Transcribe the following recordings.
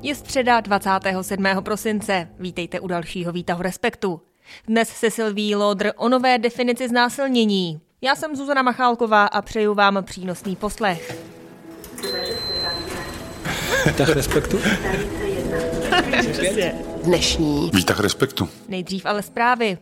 Je středa 27. prosince. Vítejte u dalšího výtahu Respektu. Dnes se Sylvií Lodr o nové definici znásilnění. Já jsem Zuzana Machálková a přeju vám přínosný poslech. Výtah Respektu? Dnešní Výtah Respektu. Nejdřív ale zprávy.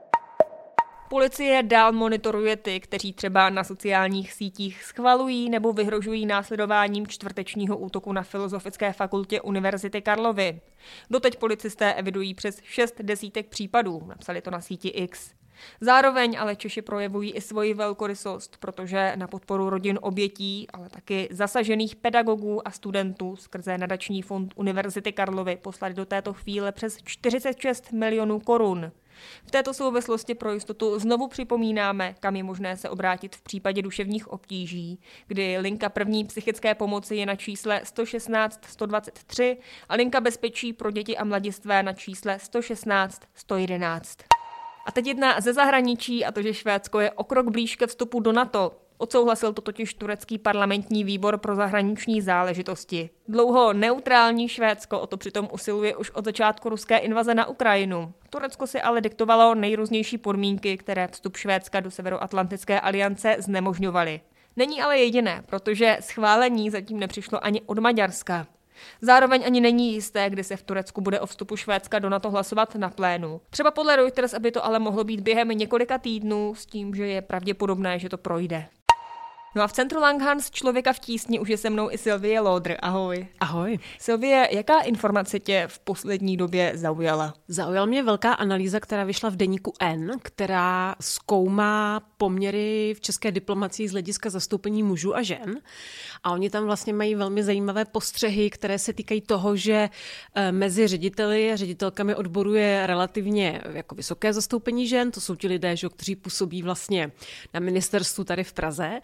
Policie dál monitoruje ty, kteří třeba na sociálních sítích schvalují nebo vyhrožují následováním čtvrtečního útoku na Filozofické fakultě Univerzity Karlovy. Doteď policisté evidují přes 6 desítek případů, napsali to na síti X. Zároveň ale Češi projevují i svoji velkorysost, protože na podporu rodin obětí, ale taky zasažených pedagogů a studentů skrze nadační fond Univerzity Karlovy poslali do této chvíle přes 46 milionů korun. V této souvislosti pro jistotu znovu připomínáme, kam je možné se obrátit v případě duševních obtíží, kdy linka první psychické pomoci je na čísle 116 123 a linka bezpečí pro děti a mladistvé na čísle 116 111. A teď jedna ze zahraničí, a to, že Švédsko je o krok blíž ke vstupu do NATO. Odsouhlasil to totiž turecký parlamentní výbor pro zahraniční záležitosti. Dlouho neutrální Švédsko o to přitom usiluje už od začátku ruské invaze na Ukrajinu. Turecko si ale diktovalo nejrůznější podmínky, které vstup Švédska do Severoatlantické aliance znemožňovaly. Není ale jediné, protože schválení zatím nepřišlo ani od Maďarska. Zároveň ani není jisté, kdy se v Turecku bude o vstupu Švédska do NATO hlasovat na plénu. Třeba podle Reuters, aby to ale mohlo být během několika týdnů, s tím, že je pravděpodobné, že to projde. No a v centru Langhans Člověka v tísni už je se mnou i Sylvie Lodr. Ahoj. Ahoj. Sylvie, jaká informace tě v poslední době zaujala? Zaujala mě velká analýza, která vyšla v deníku N, která zkoumá poměry v české diplomacii z hlediska zastoupení mužů a žen. A oni tam vlastně mají velmi zajímavé postřehy, které se týkají toho, že mezi řediteli a ředitelkami odboru je relativně jako vysoké zastoupení žen. To jsou ti lidé, že, kteří působí vlastně na ministerstvu tady v Praze.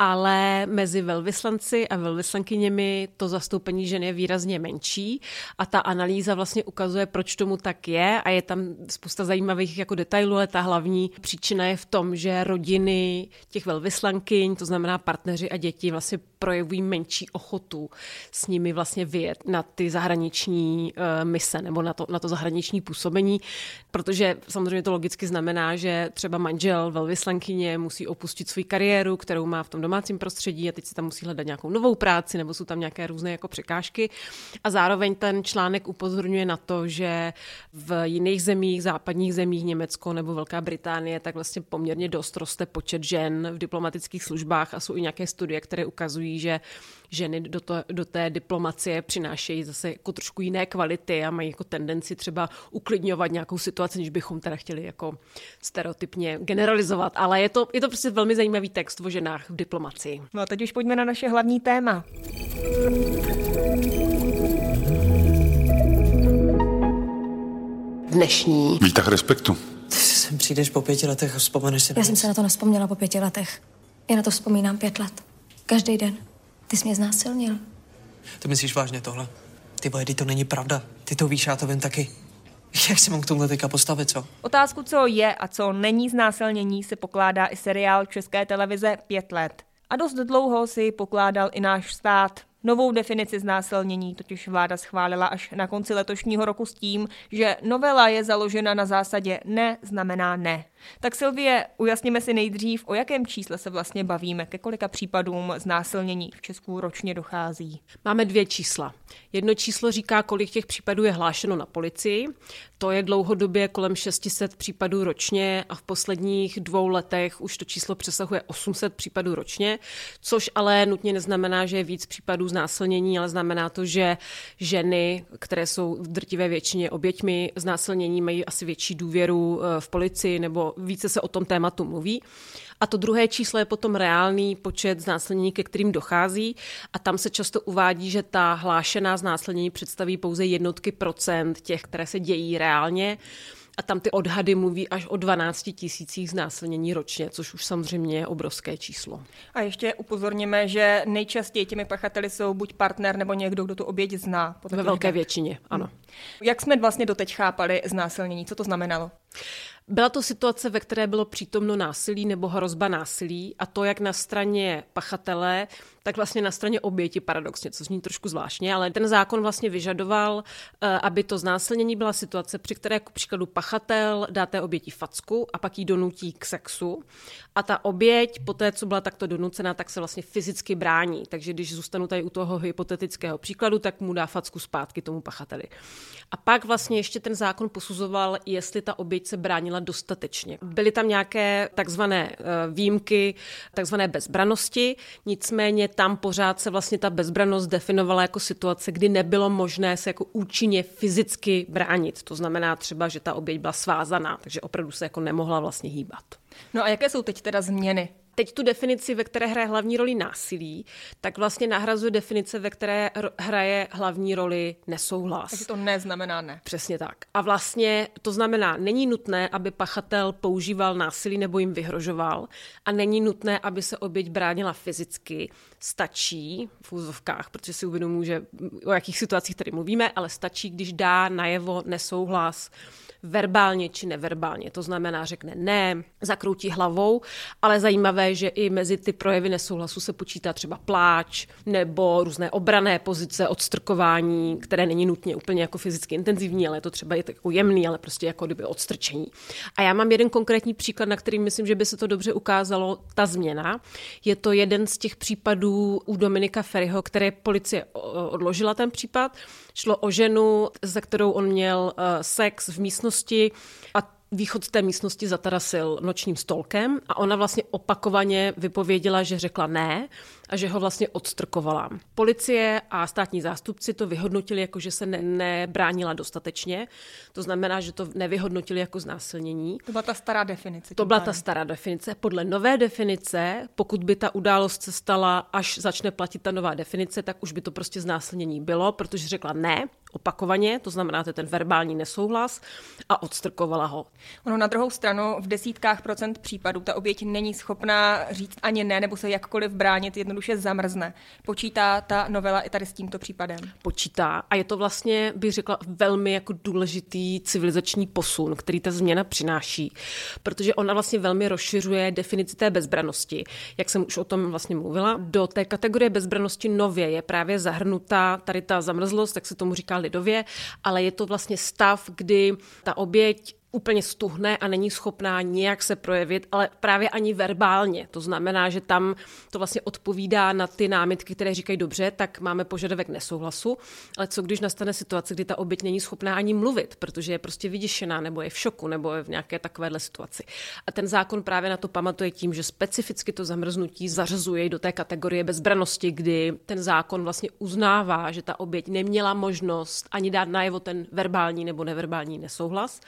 Ale mezi velvyslanci a velvyslankyněmi to zastoupení žen je výrazně menší a ta analýza vlastně ukazuje, proč tomu tak je a je tam spousta zajímavých jako detailů, ale ta hlavní příčina je v tom, že rodiny těch velvyslankyň, to znamená partneři a děti, vlastně projevují menší ochotu s nimi vlastně vyjet na ty zahraniční mise nebo na to zahraniční působení, protože samozřejmě to logicky znamená, že třeba manžel velvyslankyně musí opustit svou kariéru, kterou má v tom domácím prostředí a teď si tam musí hledat nějakou novou práci nebo jsou tam nějaké různé jako překážky. A zároveň ten článek upozorňuje na to, že v jiných zemích, západních zemích, Německo nebo Velká Británie, tak vlastně poměrně dost roste počet žen v diplomatických službách a jsou i nějaké studie, které ukazují, že ženy do té diplomacie přinášejí zase jako trošku jiné kvality a mají jako tendenci třeba uklidňovat nějakou situaci, než bychom teda chtěli jako stereotypně generalizovat. Ale je to prostě velmi zajímavý text o ženách v diplomacii. No a teď už pojďme na naše hlavní téma. Dnešní Výtah Respektu. Ty sem přijdeš po 5 letech a vzpomeneš si na Já jsem se na to nevzpomněla po 5 letech. Já na to vzpomínám 5 let. Každý den. Ty jsi mě znásilnil. To myslíš vážně tohle? Ty vole, to není pravda. Ty to víš, já to vím taky. Jak se mám k tomuhle teďka postavit, co? Otázku, co je a co není znásilnění, se pokládá i seriál České televize 5 let. A dost dlouho si pokládal i náš stát. Novou definici znásilnění totiž vláda schválila až na konci letošního roku s tím, že novela je založena na zásadě ne znamená ne. Tak Sylvie, ujasněme si nejdřív, o jakém čísle se vlastně bavíme, ke kolika případům znásilnění v Česku ročně dochází. Máme 2 čísla. Jedno číslo říká, kolik těch případů je hlášeno na policii. To je dlouhodobě kolem 600 případů ročně a v posledních 2 letech už to číslo přesahuje 800 případů ročně, což ale nutně neznamená, že je víc případů znásilnění, ale znamená to, že ženy, které jsou v drtivé většině oběťmi znásilnění, mají asi větší důvěru v policii nebo více se o tom tématu mluví. A to druhé číslo je potom reálný počet znásilnění, ke kterým dochází a tam se často uvádí, že ta hlášená znásilnění představí pouze jednotky procent těch, které se dějí reálně. A tam ty odhady mluví až o 12 000 znásilnění ročně, což už samozřejmě je obrovské číslo. A ještě upozorněme, že nejčastěji těmi pachateli jsou buď partner nebo někdo, kdo tu oběť zná. Ve velké většině, ano. Jak jsme vlastně doteď chápali znásilnění? Co to znamenalo? Byla to situace, ve které bylo přítomno násilí nebo hrozba násilí, a to jak na straně pachatele, tak vlastně na straně oběti paradoxně, co zní trošku zvláštně, ale ten zákon vlastně vyžadoval, aby to znásilnění byla situace, při které k příkladu pachatel dá té oběti facku a pak jí donutí k sexu. A ta oběť, poté co byla takto donucena, tak se vlastně fyzicky brání. Takže když zůstanu tady u toho hypotetického příkladu, tak mu dá facku zpátky tomu pachateli. A pak vlastně ještě ten zákon posuzoval, jestli ta oběť se bránila dostatečně. Byly tam nějaké takzvané výjimky, takzvané bezbrannosti, nicméně tam pořád se vlastně ta bezbrannost definovala jako situace, kdy nebylo možné se jako účinně fyzicky bránit. To znamená třeba, že ta oběť byla svázaná, takže opravdu se jako nemohla vlastně hýbat. No a jaké jsou teď teda změny? Teď tu definici, ve které hraje hlavní roli násilí, tak vlastně nahrazuje definice, ve které hraje hlavní roli nesouhlas. Takže to neznamená ne. Přesně tak. A vlastně to znamená, není nutné, aby pachatel používal násilí nebo jim vyhrožoval, a není nutné, aby se oběť bránila fyzicky. Stačí v úzovkách, protože si uvědomuji, že o jakých situacích tady mluvíme, ale stačí, když dá najevo nesouhlas verbálně či neverbálně. To znamená, řekne ne, zakroutí hlavou, ale zajímavé, že i mezi ty projevy nesouhlasu se počítá třeba pláč nebo různé obranné pozice, odstrkování, které není nutně úplně jako fyzicky intenzivní, ale je to třeba jako jemný, ale prostě jako kdyby odstrčení. A já mám jeden konkrétní příklad, na který myslím, že by se to dobře ukázalo, ta změna. Je to jeden z těch případů u Dominika Feriho, které policie odložila ten případ. Šlo o ženu, za kterou on měl sex v místnosti a východ z té místnosti zatarasil nočním stolkem a ona vlastně opakovaně vypověděla, že řekla ne a že ho vlastně odstrkovala. Policie a státní zástupci to vyhodnotili jako, že se nebránila dostatečně. To znamená, že to nevyhodnotili jako znásilnění. To byla ta stará definice. To byla ta stará definice. Podle nové definice, pokud by ta událost se stala, až začne platit ta nová definice, tak už by to prostě znásilnění bylo, protože řekla ne opakovaně, to znamená ten verbální nesouhlas, a odstrkovala ho. Ono na druhou stranu v desítkách procent případů ta oběť není schopná říct ani ne, nebo se jakkoliv bránit, jednoduše zamrzne. Počítá ta novela i tady s tímto případem? Počítá a je to vlastně, bych řekla, velmi jako důležitý civilizační posun, který ta změna přináší, protože ona vlastně velmi rozšiřuje definici té bezbrannosti. Jak jsem už o tom vlastně mluvila, do té kategorie bezbrannosti nově je právě zahrnutá tady ta zamrzlost, tak se tomu říká lidově, ale je to vlastně stav, kdy ta oběť úplně stuhne a není schopná nijak se projevit, ale právě ani verbálně. To znamená, že tam to vlastně odpovídá na ty námitky, které říkají dobře, tak máme požadavek nesouhlasu, ale co když nastane situace, kdy ta oběť není schopná ani mluvit, protože je prostě vyděšená, nebo je v šoku, nebo je v nějaké takovéhle situaci. A ten zákon právě na to pamatuje tím, že specificky to zamrznutí zařazuje do té kategorie bezbrannosti, kdy ten zákon vlastně uznává, že ta oběť neměla možnost ani dát najevo ten verbální nebo neverbální nesouhlas.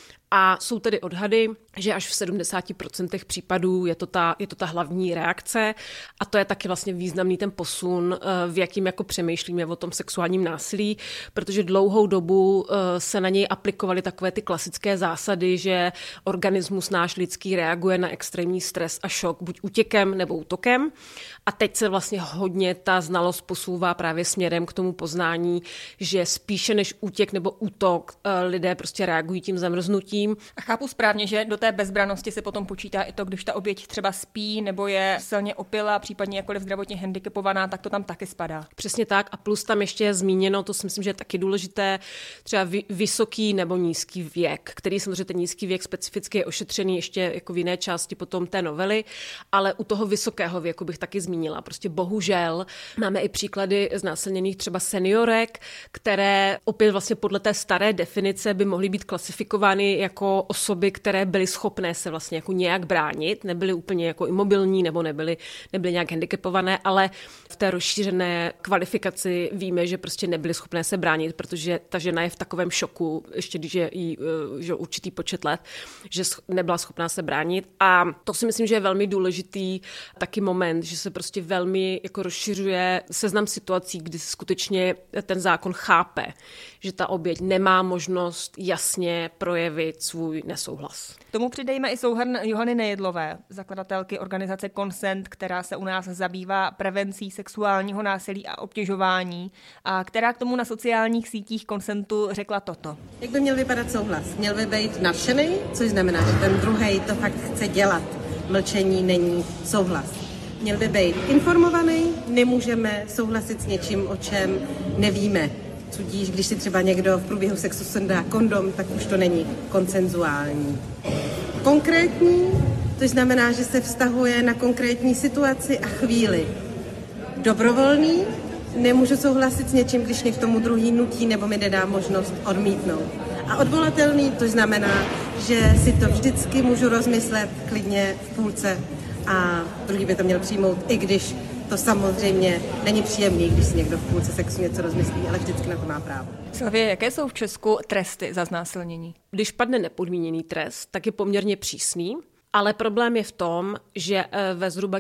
A jsou tedy odhady, že až v 70% případů je to ta hlavní reakce, a to je taky vlastně významný ten posun, v jakým jako přemýšlíme o tom sexuálním násilí, protože dlouhou dobu se na něj aplikovaly takové ty klasické zásady, že organismus náš lidský reaguje na extrémní stres a šok buď útěkem nebo útokem. A teď se vlastně hodně ta znalost posouvá právě směrem k tomu poznání, že spíše než útěk nebo útok lidé prostě reagují tím zamrznutím. A chápu správně, že do té bezbrannosti se potom počítá i to, když ta oběť třeba spí nebo je silně opilá, případně jakkoliv zdravotně handicapovaná, tak to tam taky spadá. Přesně tak, a plus tam ještě je zmíněno, to si myslím, že je taky důležité, třeba vysoký nebo nízký věk, který samozřejmě ten nízký věk specificky je ošetřený ještě jako v jiné části potom té novely, ale u toho vysokého věku bych taky zmínila. Prostě bohužel máme i příklady znásilněných třeba seniorek, které opět vlastně podle té staré definice by mohly být klasifikovány jako osoby, které byly schopné se vlastně jako nějak bránit, nebyly úplně jako imobilní nebo nebyly nějak handicapované, ale v té rozšířené kvalifikaci víme, že prostě nebyly schopné se bránit, protože ta žena je v takovém šoku, ještě když je jí že určitý počet let, že nebyla schopná se bránit. A to si myslím, že je velmi důležitý taky moment, že se prostě velmi jako rozšiřuje seznam situací, kdy skutečně ten zákon chápe, že ta oběť nemá možnost jasně projevit svůj nesouhlas. K tomu přidejme i souhrn Johany Nejedlové, zakladatelky organizace Consent, která se u nás zabývá prevencí sexuálního násilí a obtěžování a která k tomu na sociálních sítích Consentu řekla toto. Jak by měl vypadat souhlas? Měl by být nadšený, což znamená, že ten druhej to fakt chce dělat. Mlčení není souhlas. Měl by být informovaný, nemůžeme souhlasit s něčím, o čem nevíme. Tudíž, když si třeba někdo v průběhu sexu sundá kondom, tak už to není konsenzuální. Konkrétní, to znamená, že se vztahuje na konkrétní situaci a chvíli. Dobrovolný, nemůžu souhlasit s něčím, když mě k tomu druhý nutí nebo mi nedá možnost odmítnout. A odvolatelný, to znamená, že si to vždycky můžu rozmyslet klidně v půlce a druhý by to měl přijmout, i když to samozřejmě není příjemný, když si někdo v půlce sexu něco rozmyslí, ale vždycky na to má právo. Sylvie, jaké jsou v Česku tresty za znásilnění? Když padne nepodmíněný trest, tak je poměrně přísný, ale problém je v tom, že ve zhruba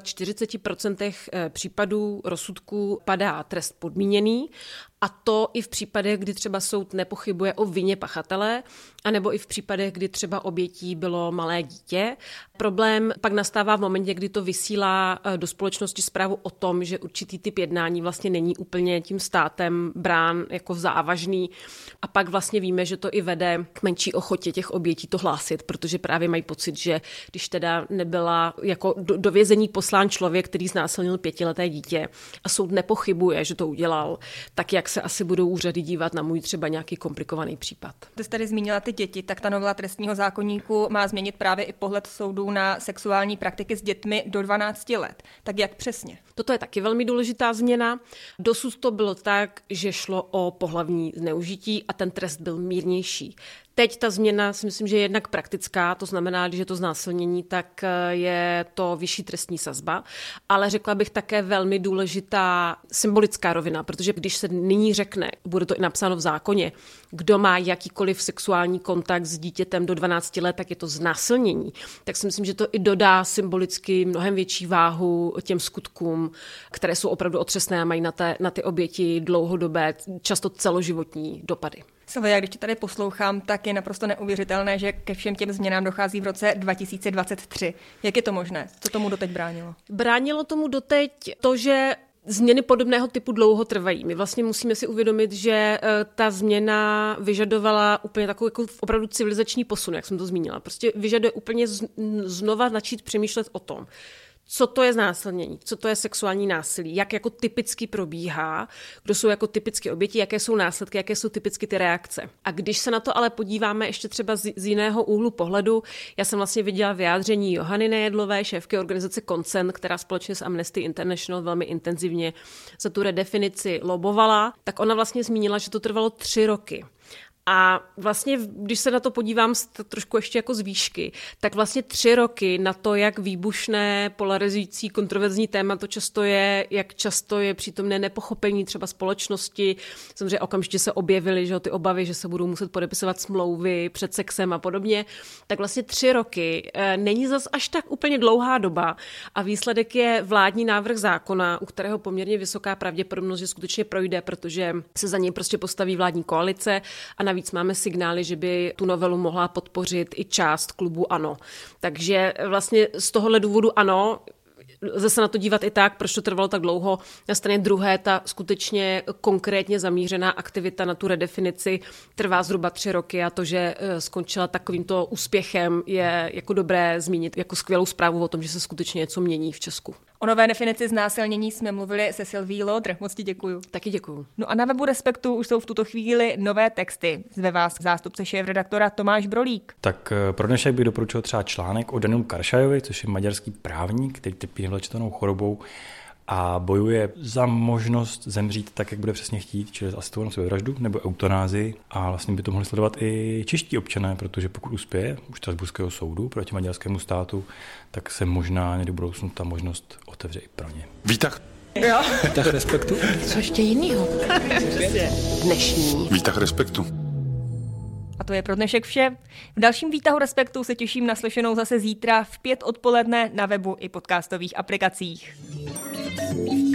40% případů rozsudků padá trest podmíněný, a to i v případech, kdy třeba soud nepochybuje o vině pachatele, anebo i v případech, kdy třeba obětí bylo malé dítě. Problém pak nastává v momentě, kdy to vysílá do společnosti zprávu o tom, že určitý typ jednání vlastně není úplně tím státem brán jako závažný. A pak vlastně víme, že to i vede k menší ochotě těch obětí to hlásit, protože právě mají pocit, že když teda nebyla jako do vězení poslán člověk, který znásilnil 5leté dítě a soud nepochybuje, že to udělal, tak jak se asi budou úřady dívat na můj třeba nějaký komplikovaný případ. Ty jsi tady zmínila ty děti, tak ta novela trestního zákoníku má změnit právě i pohled soudů na sexuální praktiky s dětmi do 12 let. Tak jak přesně? Toto je taky velmi důležitá změna. Dosud to bylo tak, že šlo o pohlavní zneužití a ten trest byl mírnější. Teď ta změna si myslím, že je jednak praktická, to znamená, když je to znásilnění, tak je to vyšší trestní sazba, ale řekla bych také velmi důležitá symbolická rovina, protože když se nyní řekne, bude to i napsáno v zákoně, kdo má jakýkoliv sexuální kontakt s dítětem do 12 let, tak je to znásilnění, tak si myslím, že to i dodá symbolicky mnohem větší váhu těm skutkům, které jsou opravdu otřesné a mají na ty oběti dlouhodobé, často celoživotní dopady. Sylvia, když tě tady poslouchám, tak je naprosto neuvěřitelné, že ke všem těm změnám dochází v roce 2023. Jak je to možné? Co tomu doteď bránilo? Bránilo tomu doteď to, že změny podobného typu dlouho trvají. My vlastně musíme si uvědomit, že ta změna vyžadovala úplně takový jako opravdu civilizační posun, jak jsem to zmínila. Prostě vyžaduje úplně znova začít přemýšlet o tom, co to je znásilnění, co to je sexuální násilí, jak jako typicky probíhá, kdo jsou jako typicky oběti, jaké jsou následky, jaké jsou typicky ty reakce. A když se na to ale podíváme ještě třeba z jiného úhlu pohledu, já jsem vlastně viděla vyjádření Johany Nejedlové, šéfky organizace Consent, která společně s Amnesty International velmi intenzivně za tu redefinici lobovala, tak ona vlastně zmínila, že to trvalo 3 roky. A vlastně, když se na to podívám trošku ještě jako z výšky, tak vlastně 3 roky na to, jak výbušné, polarizující, kontroverzní téma to často je, jak často je přítomné nepochopení třeba společnosti. Samozřejmě okamžitě se objevily, že ty obavy, že se budou muset podepisovat smlouvy před sexem a podobně. Tak vlastně 3 roky není zas až tak úplně dlouhá doba a výsledek je vládní návrh zákona, u kterého poměrně vysoká pravděpodobnost, že skutečně projde, protože se za něj prostě postaví vládní koalice a navíc máme signály, že by tu novelu mohla podpořit i část klubu ANO. Takže vlastně z tohohle důvodu ano, lze se na to dívat i tak, proč to trvalo tak dlouho. Na straně druhé ta skutečně konkrétně zamířená aktivita na tu redefinici trvá zhruba 3 roky a to, že skončila takovýmto úspěchem, je jako dobré zmínit jako skvělou zprávu o tom, že se skutečně něco mění v Česku. O nové definici znásilnění jsme mluvili se Sylvií Lodr. Moc ti děkuju. Taky děkuju. No a na webu Respektu už jsou v tuto chvíli nové texty. Zve vás zástupce šéfredaktora Tomáš Brolík. Tak pro dnešek bych doporučil třeba článek o Danielu Karšajovi, což je maďarský právník, který trpí nevlečitelnou chorobou a bojuje za možnost zemřít tak, jak bude přesně chtít, čili asistovanou sebevraždu nebo eutanázii. A vlastně by to mohli sledovat i čeští občané, protože pokud uspěje u Štrasburského soudu proti maďarskému státu, tak se možná někdy v budoucnu ta možnost otevře i pro ně. Výtah. Jo. Výtah Respektu. Co ještě jinýho? Dnešní. Výtah Respektu. A to je pro dnešek vše. V dalším výtahu Respektu se těším na slyšenou zase zítra v 5 odpoledne na webu i podcastových aplikacích.